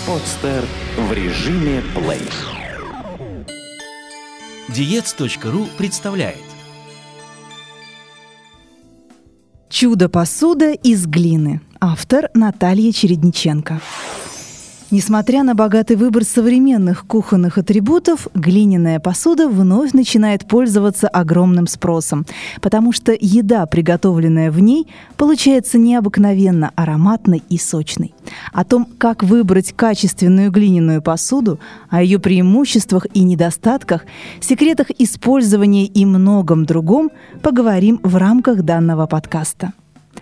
Подстер в режиме плей. Диетс.ру представляет «Чудо-посуда из глины». Автор Наталья Чередниченко. Несмотря на богатый выбор современных кухонных атрибутов, глиняная посуда вновь начинает пользоваться огромным спросом, потому что еда, приготовленная в ней, получается необыкновенно ароматной и сочной. О том, как выбрать качественную глиняную посуду, о ее преимуществах и недостатках, секретах использования и многом другом поговорим в рамках данного подкаста.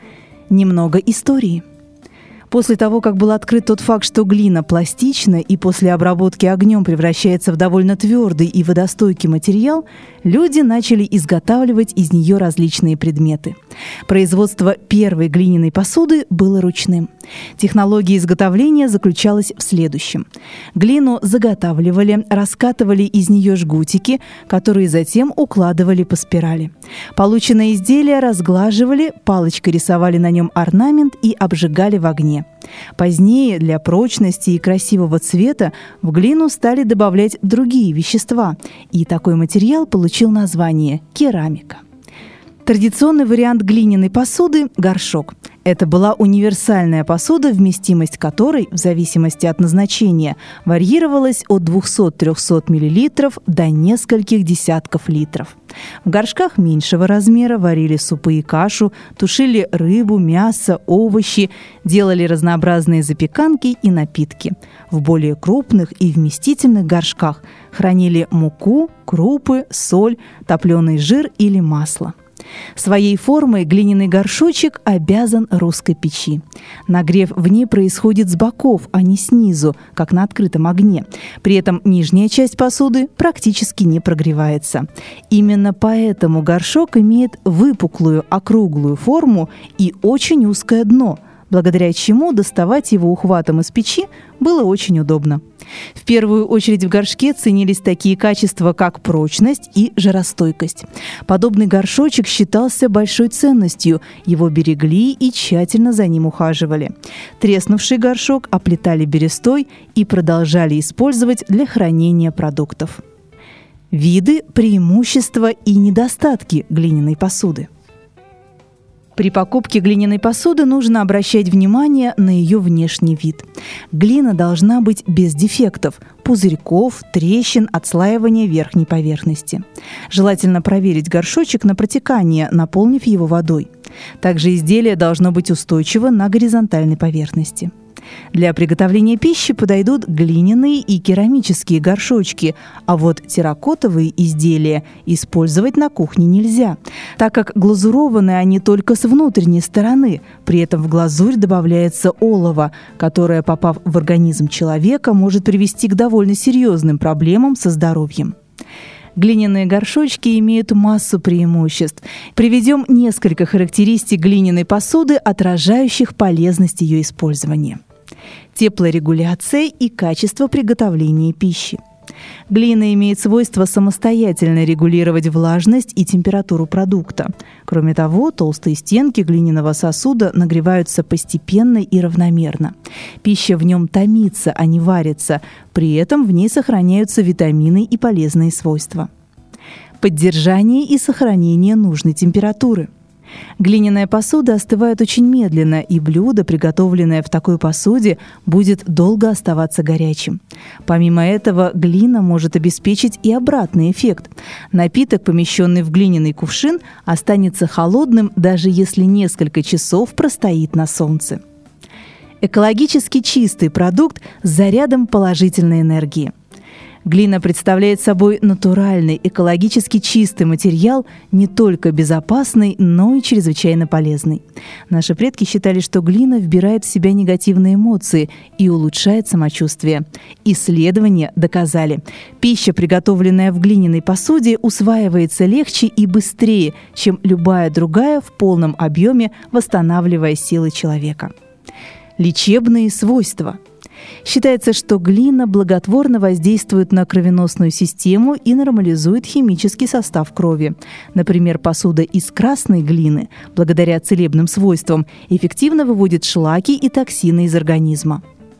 Немного истории. После того, как был открыт тот факт, что глина пластична и после обработки огнем превращается в довольно твердый и водостойкий материал, люди начали изготавливать из нее различные предметы. Производство первой глиняной посуды было ручным. Технология изготовления заключалась в следующем. Глину заготавливали, раскатывали из нее жгутики, которые затем укладывали по спирали. Полученное изделие разглаживали, палочкой рисовали на нем орнамент и обжигали в огне. Позднее для прочности и красивого цвета в глину стали добавлять другие вещества, и такой материал получил название керамика. Традиционный вариант глиняной посуды – горшок. Это была универсальная посуда, вместимость которой, в зависимости от назначения, варьировалась от 200-300 мл до нескольких десятков литров. В горшках меньшего размера варили супы и кашу, тушили рыбу, мясо, овощи, делали разнообразные запеканки и напитки. В более крупных и вместительных горшках хранили муку, крупы, соль, топленый жир или масло. Своей формой глиняный горшочек обязан русской печи. Нагрев в ней происходит с боков, а не снизу, как на открытом огне. При этом нижняя часть посуды практически не прогревается. Именно поэтому горшок имеет выпуклую округлую форму и очень узкое дно, благодаря чему доставать его ухватом из печи было очень удобно. В первую очередь в горшке ценились такие качества, как прочность и жаростойкость. Подобный горшочек считался большой ценностью, его берегли и тщательно за ним ухаживали. Треснувший горшок оплетали берестой и продолжали использовать для хранения продуктов. Виды, преимущества и недостатки глиняной посуды. При покупке глиняной посуды нужно обращать внимание на ее внешний вид. Глина должна быть без дефектов, пузырьков, трещин, отслаивания верхней поверхности. Желательно проверить горшочек на протекание, наполнив его водой. Также изделие должно быть устойчиво на горизонтальной поверхности. Для приготовления пищи подойдут глиняные и керамические горшочки, а вот терракотовые изделия использовать на кухне нельзя, так как глазурованы они только с внутренней стороны. При этом в глазурь добавляется олово, которое, попав в организм человека, может привести к довольно серьезным проблемам со здоровьем. Глиняные горшочки имеют массу преимуществ. Приведем несколько характеристик глиняной посуды, отражающих полезность ее использования. Теплорегуляция и качество приготовления пищи. Глина имеет свойство самостоятельно регулировать влажность и температуру продукта. Кроме того, толстые стенки глиняного сосуда нагреваются постепенно и равномерно. Пища в нем томится, а не варится. При этом в ней сохраняются витамины и полезные свойства. Поддержание и сохранение нужной температуры. Глиняная посуда остывает очень медленно, и блюдо, приготовленное в такой посуде, будет долго оставаться горячим. Помимо этого, глина может обеспечить и обратный эффект. Напиток, помещенный в глиняный кувшин, останется холодным, даже если несколько часов простоит на солнце. Экологически чистый продукт с зарядом положительной энергии. Глина представляет собой натуральный, экологически чистый материал, не только безопасный, но и чрезвычайно полезный. Наши предки считали, что глина вбирает в себя негативные эмоции и улучшает самочувствие. Исследования доказали, пища, приготовленная в глиняной посуде, усваивается легче и быстрее, чем любая другая, в полном объеме восстанавливая силы человека. Лечебные свойства. Считается, что глина благотворно воздействует на кровеносную систему и нормализует химический состав крови. Например, посуда из красной глины, благодаря целебным свойствам, эффективно выводит шлаки и токсины из организма.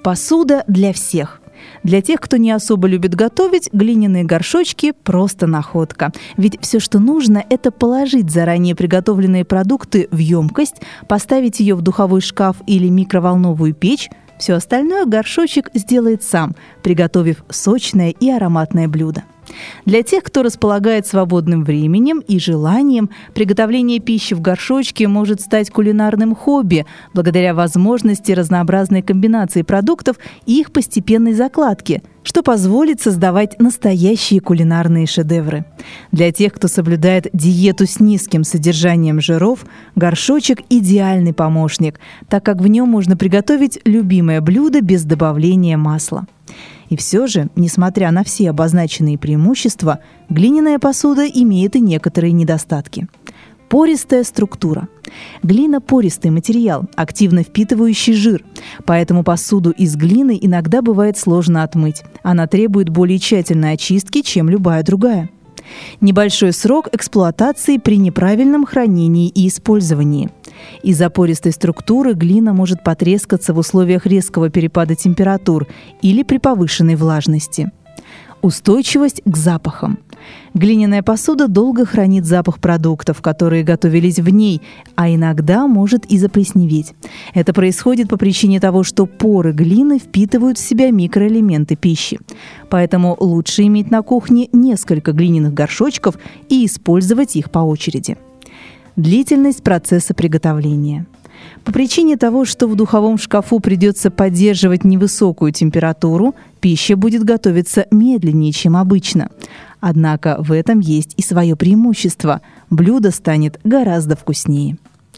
Посуда для всех. Для тех, кто не особо любит готовить, глиняные горшочки – просто находка. Ведь все, что нужно, это положить заранее приготовленные продукты в емкость, поставить ее в духовой шкаф или микроволновую печь. Все остальное горшочек сделает сам, приготовив сочное и ароматное блюдо. Для тех, кто располагает свободным временем и желанием, приготовление пищи в горшочке может стать кулинарным хобби благодаря возможности разнообразной комбинации продуктов и их постепенной закладки, что позволит создавать настоящие кулинарные шедевры. Для тех, кто соблюдает диету с низким содержанием жиров, горшочек – идеальный помощник, так как в нем можно приготовить любимое блюдо без добавления масла. И все же, несмотря на все обозначенные преимущества, глиняная посуда имеет и некоторые недостатки. Пористая структура. Глина – пористый материал, активно впитывающий жир, поэтому посуду из глины иногда бывает сложно отмыть. Она требует более тщательной очистки, чем любая другая. Небольшой срок эксплуатации при неправильном хранении и использовании. Из-за пористой структуры глина может потрескаться в условиях резкого перепада температур или при повышенной влажности. Устойчивость к запахам. Глиняная посуда долго хранит запах продуктов, которые готовились в ней, а иногда может и заплесневеть. Это происходит по причине того, что поры глины впитывают в себя микроэлементы пищи. Поэтому лучше иметь на кухне несколько глиняных горшочков и использовать их по очереди. Длительность процесса приготовления. По причине того, что в духовом шкафу придется поддерживать невысокую температуру, пища будет готовиться медленнее, чем обычно. Однако в этом есть и свое преимущество. Блюдо станет гораздо вкуснее.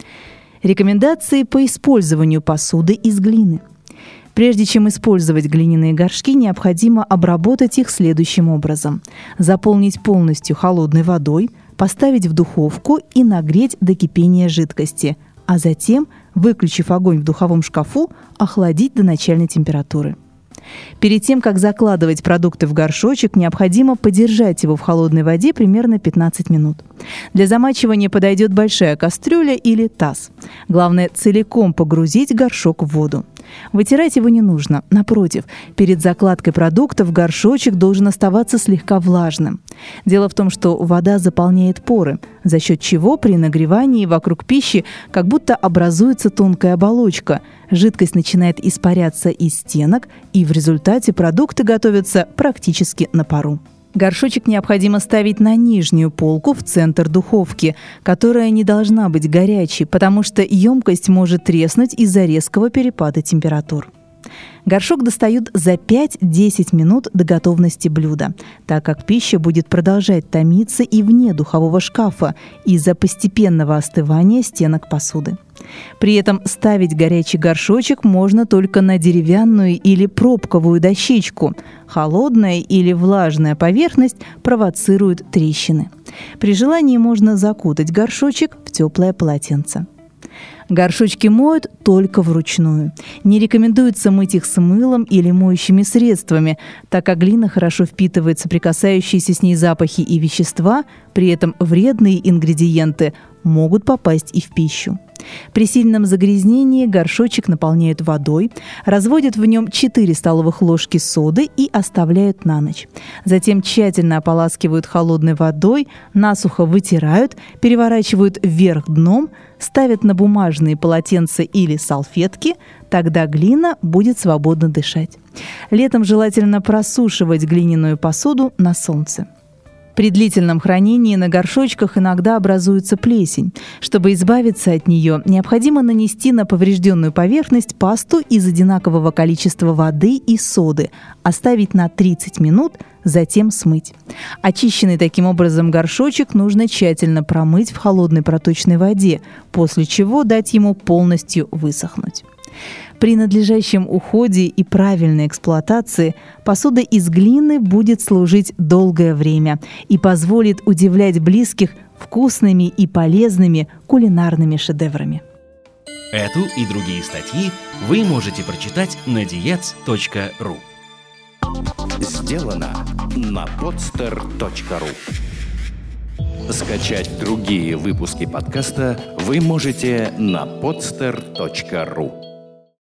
Рекомендации по использованию посуды из глины. Прежде чем использовать глиняные горшки, необходимо обработать их следующим образом. Заполнить полностью холодной водой, поставить в духовку и нагреть до кипения жидкости, а затем, выключив огонь в духовом шкафу, охладить до начальной температуры. Перед тем, как закладывать продукты в горшочек, необходимо подержать его в холодной воде примерно 15 минут. Для замачивания подойдет большая кастрюля или таз. Главное, целиком погрузить горшок в воду. Вытирать его не нужно. Напротив, перед закладкой продуктов горшочек должен оставаться слегка влажным. Дело в том, что вода заполняет поры, за счет чего при нагревании вокруг пищи как будто образуется тонкая оболочка. Жидкость начинает испаряться из стенок, и в результате продукты готовятся практически на пару. Горшочек необходимо ставить на нижнюю полку в центр духовки, которая не должна быть горячей, потому что емкость может треснуть из-за резкого перепада температур. Горшок достают за 5-10 минут до готовности блюда, так как пища будет продолжать томиться и вне духового шкафа из-за постепенного остывания стенок посуды. При этом ставить горячий горшочек можно только на деревянную или пробковую дощечку. Холодная или влажная поверхность провоцирует трещины. При желании можно закутать горшочек в теплое полотенце. Горшочки моют только вручную. Не рекомендуется мыть их с мылом или моющими средствами, так как глина хорошо впитывает соприкасающиеся с ней запахи и вещества, при этом вредные ингредиенты могут попасть и в пищу. При сильном загрязнении горшочек наполняют водой, разводят в нем 4 столовых ложки соды и оставляют на ночь. Затем тщательно ополаскивают холодной водой, насухо вытирают, переворачивают вверх дном, ставят на бумажные полотенца или салфетки, тогда глина будет свободно дышать. Летом желательно просушивать глиняную посуду на солнце. При длительном хранении на горшочках иногда образуется плесень. Чтобы избавиться от нее, необходимо нанести на поврежденную поверхность пасту из одинакового количества воды и соды, оставить на 30 минут, затем смыть. Очищенный таким образом горшочек нужно тщательно промыть в холодной проточной воде, после чего дать ему полностью высохнуть. При надлежащем уходе и правильной эксплуатации посуда из глины будет служить долгое время и позволит удивлять близких вкусными и полезными кулинарными шедеврами. Эту и другие статьи вы можете прочитать на diets.ru. Сделано на podster.ru. Скачать другие выпуски подкаста вы можете на podster.ru.